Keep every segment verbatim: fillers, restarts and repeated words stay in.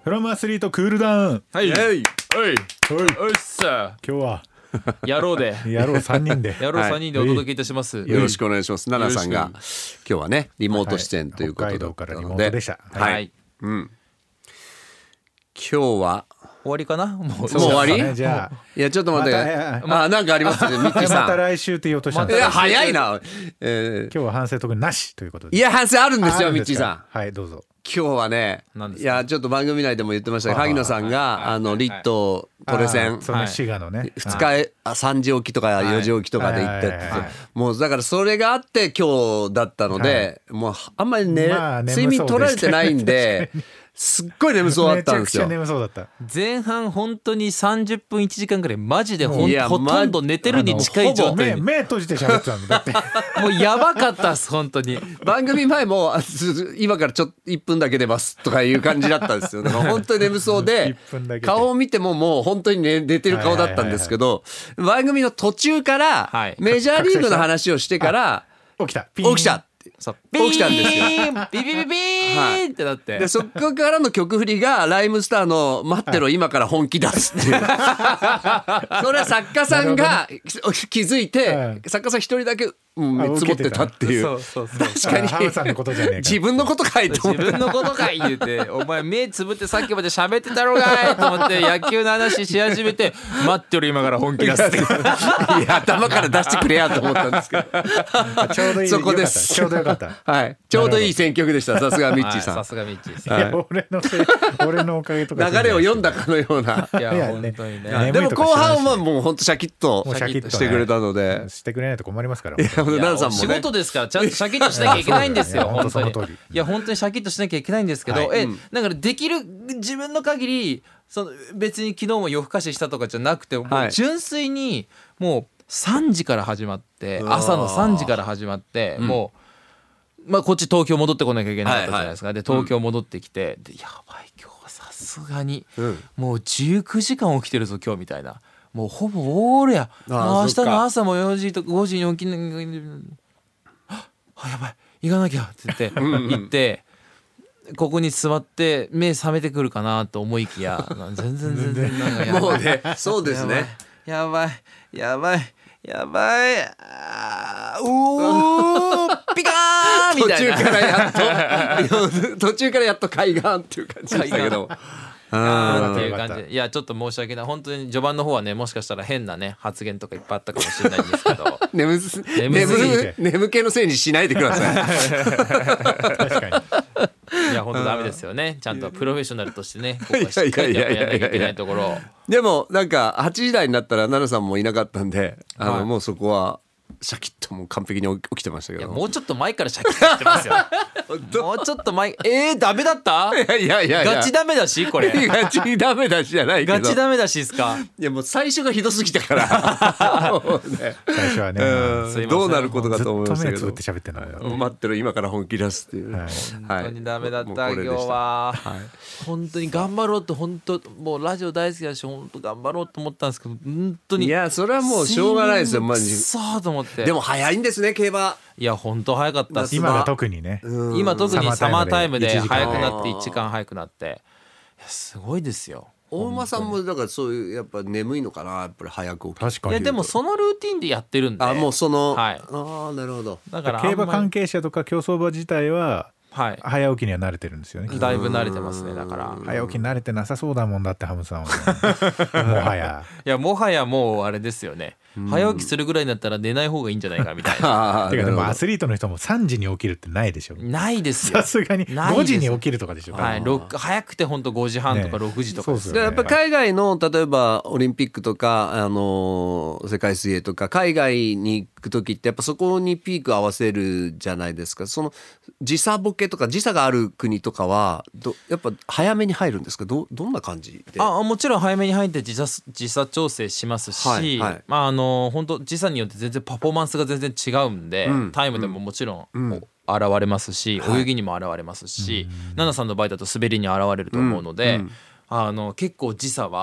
フロムアスリートクールダウン。 はい。 はい。 おい。 おいおいっさ。 今日はやろうで。 やろうさんにんでやろうさんにんでお届けいたします。 よろしくお願いします。奈々さんがよろ今日はねリモート出演ということだったので、 はい北海道からリモートでしたはい。 はい。 うん。今日は終わりかな。もうもう終わり？ ねじゃあいやちょっと待って。 またあ、なんかありますね。ミッキーまさん。 た来週って言おうとしたんですいや早いな。え今日は反省特になしということで。 ーいや反省あるんですよあミッキーさん。 はいどうぞ。 今日はね何ですかいやちょっと番組内でも言ってましたけどはい萩野さんがあのリットトレセンあーそのはい滋賀のねふつかへあさんじ起きとかよじ起きとかで行ってってはいはいはいもうだからそれがあって今日だったのでもうあんまりねまあ眠そう睡眠取られてないんですっごい眠そうだったんですよめちゃくちゃ眠そうだった。 前半本当にさんじゅっぷんいちじかんぐらいマジでほんいやほとんど寝てるに近い状態に目目閉じて喋ってたんだって。 もうやばかったっす本当に。 番組前もあす今からちょっといっぷんだけ出ますとかいう感じだったんですよ。だから本当に眠そういっでぷんだけで顔を見てももう本当に寝寝てる顔だったんですけど番組の途中からはいメジャーリーグの話をしてから起きたピーン起きたそう起きたんですよビーンビビビビーンってなってでそこからの曲振りがライムスターの「待ってろ今から本気出す」っていうそれは作家さんが気づいて作家さん一人だけうん目つぼってたっていそううそうそう確かにあハムさんのことじゃねえか自分のことかいと思って自分のことかい言うてお前目つぶってさっきまで喋ってたろがいと思って野球の話し始めて待ってる今から本気出すっていや頭から出してくれやと思ったんですけどちょうどいいそこですちょうどよかった。 はいちょうどいい選曲でしたさすがミッチーさんはいさすがミッチーですいや俺のせい俺のおかげとか流れを読んだかのようないやいや本当にねねでも後半はもう本当シャキッともうシャキッとねしてくれたのでしてくれないと困りますから。 いや奈々さんも仕ね事ですからちゃんとシャキッとしなきゃいけないんですよいや本当に本当その通りいや本当にシャキッとしなきゃいけないんですけど、 はいえ、 うんだからできる自分の限りその別に昨日も夜更かししたとかじゃなくて、もはいう純粋にもうさんじから始まってうわー朝のさんじから始まって、 うんもう、まあ、こっち東京戻ってこなきゃいけなかったじゃないですか、で東京戻ってきて、でやばい今日はさすがに、 うんもうじゅうくじかん起きてるぞ今日みたいな、もうほぼオールや、 あーもう明日そっかの朝もよじとかごじに起きなきゃいけない、あやばい行かなきゃって言って行ってここに座って目覚めてくるかなと思いきや全然全然なんかやばいもうねそうですねやばいやばいやばいあーうーピカーンみ途たいな中からやっと途中からやっと海岸っていう感じでしたけどあーっていうよかった感じで、いやちょっと申し訳ない本当に序盤の方はねもしかしたら変なね発言とかいっぱいあったかもしれないんですけど眠す眠すぎて眠眠気のせいにしないでください確かに。 いや本当ダメですよねちゃんとプロフェッショナルとしてねここはしっかりとやっぱやらなきゃいけないところをでもなんかはちじ台になったら奈々さんもいなかったんであの、 はいもうそこはシャキッともう完璧に起きてましたけどいやもうちょっと前からシャキッとしてますよもうちょっと前えー、ダメだったいやいやいやいやガチダメだしこれガチダメだしじゃないけどガチダメだしですかいやもう最初がひどすぎたからもうね最初はねうんすいませんどうなることかずっと思いましたけどと目つぶって喋ってんのよ。 待ってる今から本気出すっていう、 はいはい本当にダメだった、 もうこれでした今日は、 はい本当に頑張ろうと本当もうラジオ大好きだし本当頑張ろうと思ったんですけど本当にいやそれはもうしょうがないですよマジそうと思ってでも早いんですね競馬いや本当早かったっす今が特にね。 うん今特にサマータイムでサマータイムで早くなっていちじかんいちじかん早くなっていやすごいですよ大馬さんもだからそういうやっぱ眠いのかなやっぱり早く起きて確かに。 いやでもそのルーティンでやってるんであもうその、 はいああなるほどだからあんまり競馬関係者とか競走馬自体ははい早起きには慣れてるんですよね。 だいぶ慣れてますねだから早起き慣れてなさそうだもんだってハムさんはもはや。 いやもはやもうあれですよね早起きするぐらいになったら寝ない方がいいんじゃないかみたいなああてかでもアなるスリートの人もさんじに起きるってないでしょ。 ないですよさすがにないですごじに起きるとかでしょ。 はい、ろく早くてほんとごじはんとかねろくじとかですそうっすよねほどでやっぱ海外の例えばオリンピックとか、あのー世界水泳とか海外に行く時ってやっぱそこにピーク合わせるじゃないですか。その時差ボケとか時差がある国とかはどやっぱ早めに入るんですか。どどんな感じで。 あもちろん早めに入って時差時差調整しますし、 はいはいまああの本当時差によって全然パフォーマンスが全然違うんで、 うんタイムでももちろん、 うん現れますし、 はい泳ぎにも現れますし、奈々さんの場合だと滑りに現れると思うので、 うんうんあの結構時差は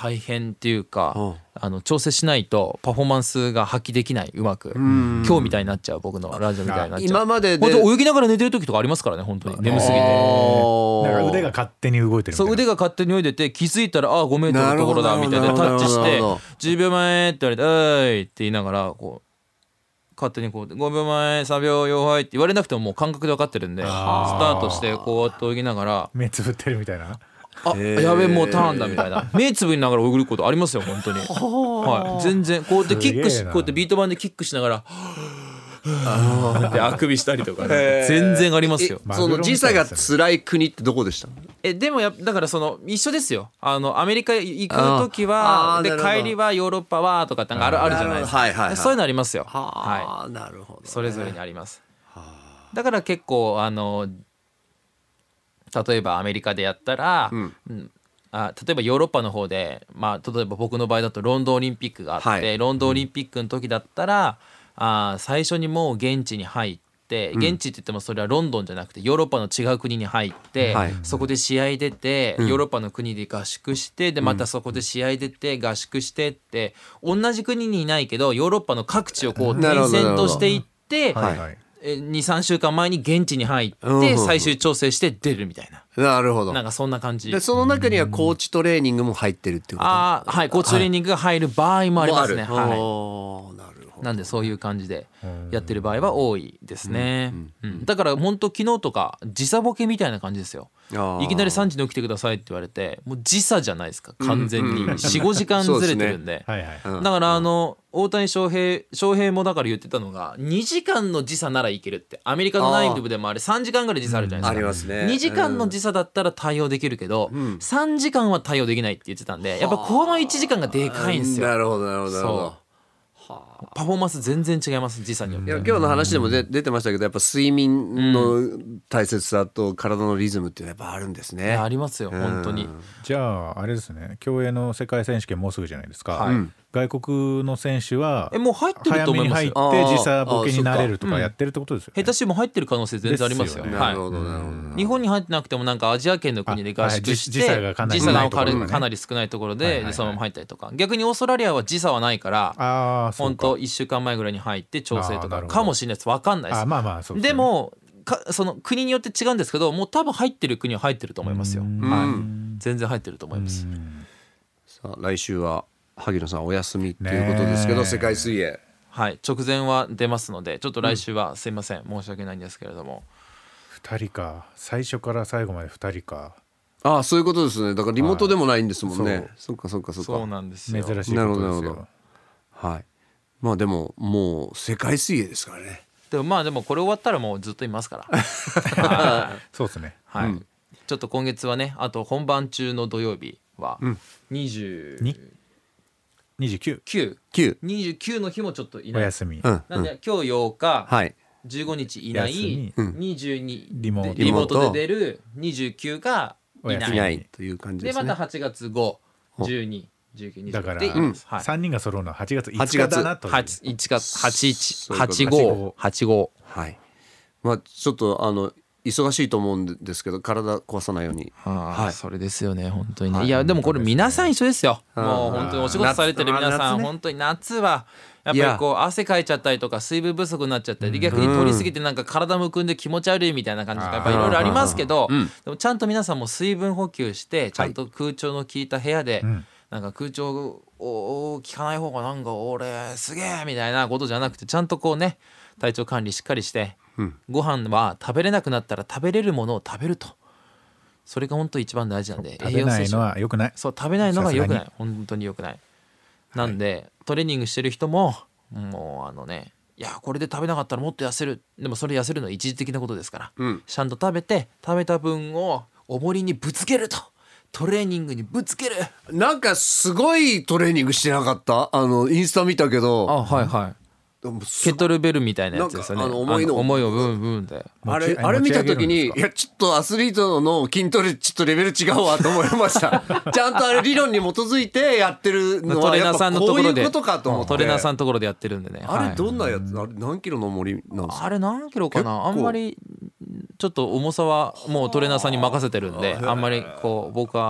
大変っていうか、 うんあの調整しないとパフォーマンスが発揮できないうまく、今日みたいになっちゃう、僕のラジオみたいになっちゃう。 今までで本当泳ぎながら寝てる時とかありますからね、本当に眠すぎて。 あだから腕が勝手に動いてるみたいな。 そう、腕が勝手に泳いでて、気づいたらああごメートルのところだみたいなタッチしてなるほどじゅうびょうまえって言われて「おい」って言いながらこう勝手にこうごびょうまえさんびょうよはいって言われなくてももう感覚で分かってるんで、スタートしてこうやって泳ぎながら目つぶってるみたいな。 あやべえもうターンだみたいな、目つぶりながら泳ぐことありますよ本当に。はい、全然こうやってキックしすげえなこうやってビート板でキックしながらであくびしたりとかね、全然ありますよ。 えその時差が辛い国ってどこでした？ えでもやだからその一緒ですよ。あのアメリカ行く時あはでーなるほど帰りはヨーロッパはとかってなんかあるあるじゃないですか。 はいはいはいそういうのありますよ。 ははあ、なるほどね、 い、それぞれにあります。だから結構あの例えばアメリカでやったら、 うんうんあ例えばヨーロッパの方で、まあ、例えば僕の場合だとロンドンオリンピックがあって、 はいロンドンオリンピックの時だったら、あ最初にもう現地に入って現地って言ってもそれはロンドンじゃなくてヨーロッパの違う国に入って、 はいそこで試合出て、 うんヨーロッパの国で合宿してでまたそこで試合出て合宿してって同じ国にいないけどヨーロッパの各地をこうなるほど転々としていってはいはい。 にさんしゅうかんまえに現地に入っうんて最終調整して出るみたいな、 なるほど。 なんかそんな感じ。 でその中にはコーチトレーニングも入ってるっていうこと？ ああはい、コーチトレーニングが入る場合もありますね。 もあるはおーなるほい、 ど。 なんでそういう感じでやってる場合は多いですね。 うんうんだから本当昨日とか時差ボケみたいな感じですよ。 あーいきなりさんじに起きてくださいって言われてもう時差じゃないですか完全に、 うんうんよんごじかんずれてるんで。 はいはい。 うんだからあの大谷翔平翔平もだから言ってたのがにじかんの時差ならいけるって。アメリカの内部でもあれさんじかんぐらい時差あるじゃないあですか。 りますね。 にじかんの時差だったら対応できるけど、 うんさんじかんは対応できないって言ってたんでやっぱこのいちじかんがでかいんですよ。 なるほどなるほどなるほど。 パフォーマンス全然違います時差によって。 いや今日の話でもで出てましたけどやっぱ睡眠の大切さと体のリズムっていうのはやっぱあるんですね。 いやありますよ本当に。 じゃああれですね。競泳の世界選手権もうすぐじゃないですか。 はいうん外国の選手はえもう入ってる早めにと思います入ってよ。 時差ボケになれるとあーかやってるってことですよね。 下手しも入ってる可能性全然ありますよ。 ですよねはなるほどなるほど。 い、日本に入ってなくてもなんかアジア圏の国で合宿してあはい時差がかなり時差が少ないところねかなり少ないところはいはいはいででそのまま入ったりとか、逆にオーストラリアは時差はないからああそうか。 本当いっしゅうかんまえぐらいに入って調整とかあーなるほどかもしれないです。分かんないですあ。まあまあそうすねでもかその国によって違うんですけどもう多分入ってる国は入ってると思いますよ。 うんはい、全然入ってると思います。 うんさあ来週は萩野さんお休みっていうことですけど、 ねえ世界水泳はい、直前は出ますのでちょっと来週はすいません、申し訳ないんですけれども。 二人か最初から最後まで二人かああそういうことですね。だからリモートでもないんですもんね。 はいそっかそっかそっか。 そうなんですよ。 珍しいなることですほどなるよ。 はい。まあでももう世界水泳ですからね。 でもまあでもこれ終わったらもうずっといますから。はいそうですね。 はいうんちょっと今月はねあと本番中の土曜日はうんにじゅうに二十九きゅう、 きゅう。 にじゅうきゅうの日もちょっといおない。 休み。 うん。 なんで今日ようか、 はい。 じゅうごにちいない休み、 うんにじゅうにリモートでリモートで出るにじゅうきゅうがいない。 お休みいないという感じですね。 でまたはちがつご、じゅうに、じゅうきゅう、にじゅうだからでいます。はい。 三人が揃うのは八月五はちがつ日だなという。 はちいちがつはちいちそういうことはちごはちごはい。まあちょっとあの忙しいと思うんですけど体壊さないように。はいそれですよね本当にね、 はいい、やでもこれ皆さん一緒ですよ。 うんもう本当にお仕事されてる皆さん、 夏夏ね本当に夏はやっぱいやりこう汗かいちゃったりとか水分不足になっちゃったりで逆に取りすぎてなんか体むくんで気持ち悪いみたいな感じとかやっぱいろいろありますけど、 うんでもちゃんと皆さんも水分補給してちゃんと空調の効いた部屋で、 うんなんか空調を効かない方がなんか俺すげえみたいなことじゃなくてちゃんとこうね体調管理しっかりして、 うんご飯は食べれなくなったら食べれるものを食べると。それが本当一番大事なんで食べないのは良くない。 そう食べないのが良くなさい本当に良くない。なんで、トレーニングしてる人ももうあのねいやこれで食べなかったらもっと痩せるでもそれ痩せるのは一時的なことですから、 うん。 ちゃんと食べて食べた分を重りにぶつけるとトレーニングにぶつける。 なんかすごいトレーニングしてなかった？あのインスタ見たけど。 あはいはいでもすケトルベルみたいなやつですよね。 なんかあの重いのあ重いをブンブンであれ持ちあれ見た時持ち上げるんにですかいやちょっとアスリートの筋トレちょっとレベル違うわと思いましたちゃんとあれ理論に基づいてやってるのトレーナーはやっぱさんのところでこういうことかと思ってトレーナーさんのところでやってるんでね。 あはいれどんなやつあれ何キロの重りなんですか？ あれ何キロかな結構あんまりちょっと重さはもうトレーナーさんに任せてるんであんまりこう僕は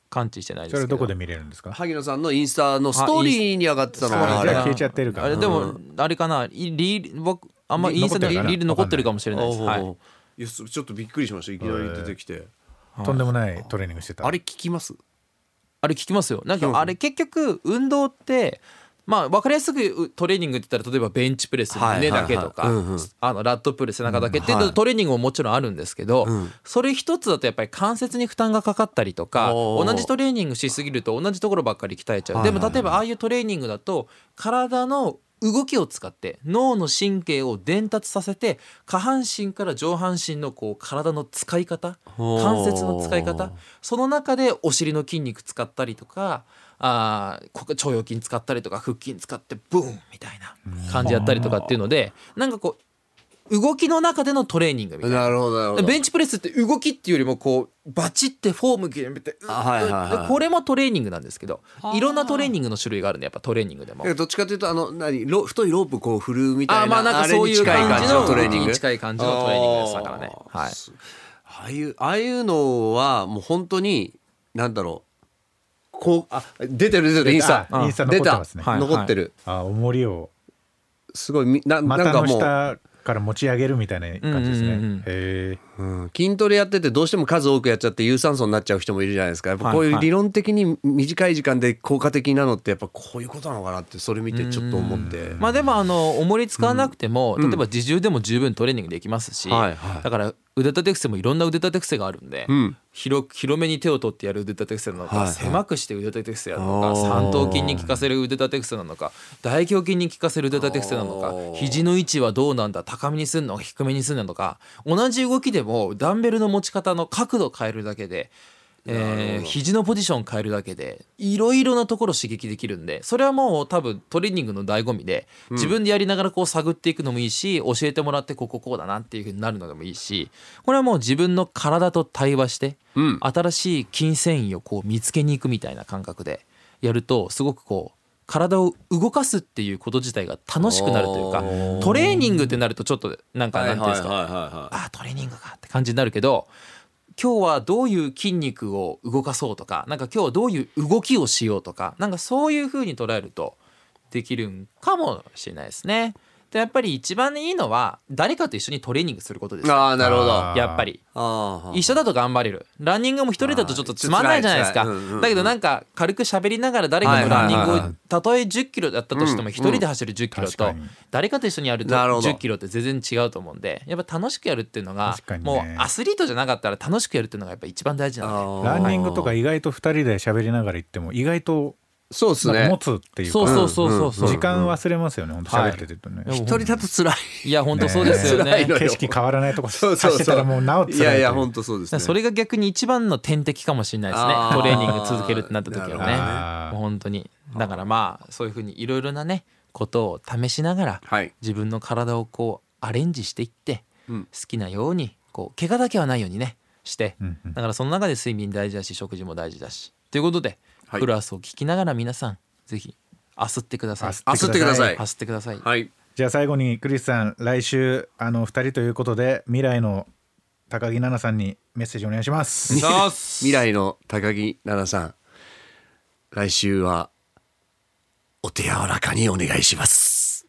感知してないですけど。 それどこで見れるんですか？ 萩野さんのインスタのストーリーに上がってたのがあれあじゃあ消えちゃってるからあれでもあれかな、リール僕あんまインスタでリール残ってるかもしれないです。はい。 いやちょっとびっくりしましたいきなり出てきて、 とんでもないトレーニングしてた。 あれ聞きます？ あれ聞きますよ。なんかあれ結局運動ってまあ分かりやすくトレーニングって言ったら例えばベンチプレス胸だけとかあのラットプレス背中だけっていうトレーニングももちろんあるんですけど、それ一つだとやっぱり関節に負担がかかったりとか同じトレーニングしすぎると同じところばっかり鍛えちゃう。でも例えばああいうトレーニングだと体の動きを使って脳の神経を伝達させて下半身から上半身のこう体の使い方関節の使い方その中でお尻の筋肉使ったりとかあ腸腰筋使ったりとか腹筋使ってブーンみたいな感じやったりとかっていうのでなんかこう動きの中でのトレーニングみたいな。 なるほどなるほど。 ベンチプレスって動きっていうよりもこうバチってフォーム決めて、 はいはいはい、 これもトレーニングなんですけどいろんなトレーニングの種類があるんでやっぱトレーニングでもどっちかというとあの何ロ太いロープこう振るみたいなあまあなんかそういう感じのトレーニングに近い感じのトレーニングですだからね。はい。 ああいうああいうのはもう本当になんだろうこうあ出てる出てるインスタインスタ残ってますね。 出た残ってる。 あ重りをすごいみななん股のかもう下から持ち上げるみたいな感じですね。うんうんうん、へえ、 うん、筋トレやっててどうしても数多くやっちゃって有酸素になっちゃう人もいるじゃないですか。やっぱこういう理論的に短い時間で効果的なのってやっぱこういうことなのかなってそれ見てちょっと思って。 まあでもあの重り使わなくても、うん、例えば自重でも十分トレーニングできますし、はいはい、だから腕立て伏せもいろんな腕立て伏せがあるんで、うん、広, 広めに手を取ってやる腕立て伏せなのか、はいはい、狭くして腕立て伏せやるのか三頭筋に効かせる腕立て伏せなのか大胸筋に効かせる腕立て伏せなのか肘の位置はどうなんだ高めにするのか低めにするのか同じ動きでもダンベルの持ち方の角度を変えるだけで、えー、肘のポジション変えるだけでいろいろなところ刺激できるんでそれはもう多分トレーニングの醍醐味で自分でやりながらこう探っていくのもいいし教えてもらってこここうだなっていう風になるのでもいいしこれはもう自分の体と対話して新しい筋繊維をこう見つけに行くみたいな感覚でやるとすごくこう体を動かすっていうこと自体が楽しくなるというかトレーニングってなるとちょっとなんかなんていうんですかあトレーニングかって感じになるけど今日はどういう筋肉を動かそうとかなんか今日はどういう動きをしようとかなんかそういう風に捉えるとできるんかもしれないですね。でやっぱり一番いいのは誰かと一緒にトレーニングすることです。 ああなるほど。 やっぱり一緒だと頑張れる。ランニングも一人だとちょっとつまんないじゃないですか。だけどなんか軽く喋りながら誰かのランニングをたとえじゅっキロだったとしても一人で走るじゅっキロと誰かと一緒にやるとじゅっキロって全然違うと思うんでやっぱ楽しくやるっていうのがもうアスリートじゃなかったら楽しくやるっていうのがやっぱ一番大事なのでランニングとか意外とふたりで喋りながら行っても意外とそうですね。 持つっていうか、 そうそうそうそうそう時間忘れますよね。本当喋ってるとね。 一人だと辛い。 いや本当そうですよね。 景色変わらないとこ走ってたらもうなお辛い。 いやいや本当そうですね。 それが逆に一番の天敵かもしれないですね。トレーニング続けるってなった時はね。もう本当に。だからまあそういう風にいろいろなねことを試しながら、はい、自分の体をこうアレンジしていって、うん、好きなようにこう怪我だけはないようにねして、うんうん、だからその中で睡眠大事だし食事も大事だしということで。クラスを聞きながら皆さんぜひあすってください。 あすってください。 あすってください。 はい。 じゃあ最後にクリスさん来週あのふたりということで未来の高木奈々さんにメッセージお願いします。 未来の高木奈々さん来週はお手柔らかにお願いします。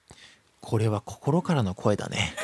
これは心からの声だね。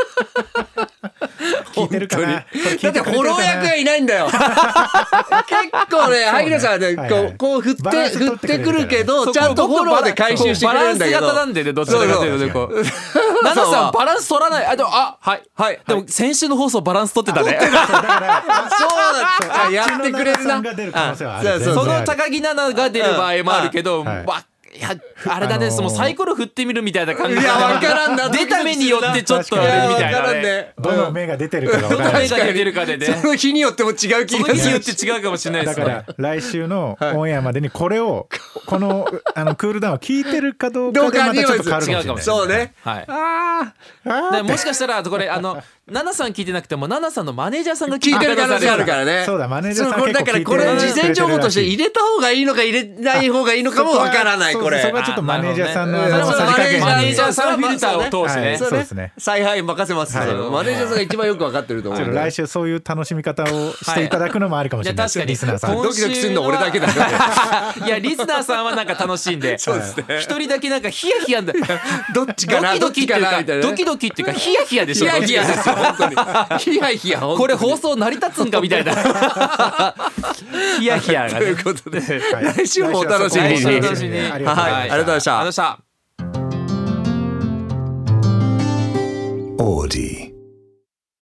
聞いてるかな。だってフォロー役がいないんだよ。結構ね萩野さんねこうこう振って振ってくるけどちゃんとフォローで回収してくれるんだけど。 バランス型なんでねどちらかというとこう。奈々さんバランス取らない。あでもあはいはいでも先週の放送バランス取ってたね。 そうだ。やってくれるな。 その高木奈々が出る場合もあるけど。いやあれだね、あのー、そのサイコロ振ってみるみたいな感じで、いや分からんな出た目によってちょっとみたいなね、 どの目が出てるかが分からない。 どの目が出てるかでね、 その日によっても違う気がする。 その日によって違うかもしれないですね。 だから来週のオンエアまでにこれをこのあのクールダウンを聞いてるかどうかでまたちょっと変わるかもしれない。 そうね。 はい。ああ。もしかしたらこれあのナナさん聞いてなくてもナナさんのマネージャーさんが聞いてる聞いてる可能性あるからね。 そうだマネージャーさんそう結構聞いてるだからこれ事前情報として入れた方がいいのか入れない方がいいのかもわからないこれ。 そこはちょっとマネージャーさんのあなるほどねさじ加減にマネージャーさんフィルターを通してね、 はいそうですね。 采配任せます、 はいそれマネージャーさんが一番よく分かってると思うんで。 ちょっと来週そういう楽しみ方をしていただくのもあるかもしれないですよ、 はいいやリスナーさん。 ドキドキするの俺だけだよいやリスナーさんはなんか楽しいんでそうですね一人だけなんかヒヤヒヤだどっちかなドキドキっていうかどっちかなみたいなねドキドキっていうかヒヤヒヤでしょ。 ヒヤヒヤですよ本当にヒヤヒヤ本当にこれ放送成り立つんかみたいなヒヤヒヤがとねいうことではい来週もお楽しみに。 来週もお楽しみにありがとうございましたはいありがとうございましたありがとうございました。 オーディ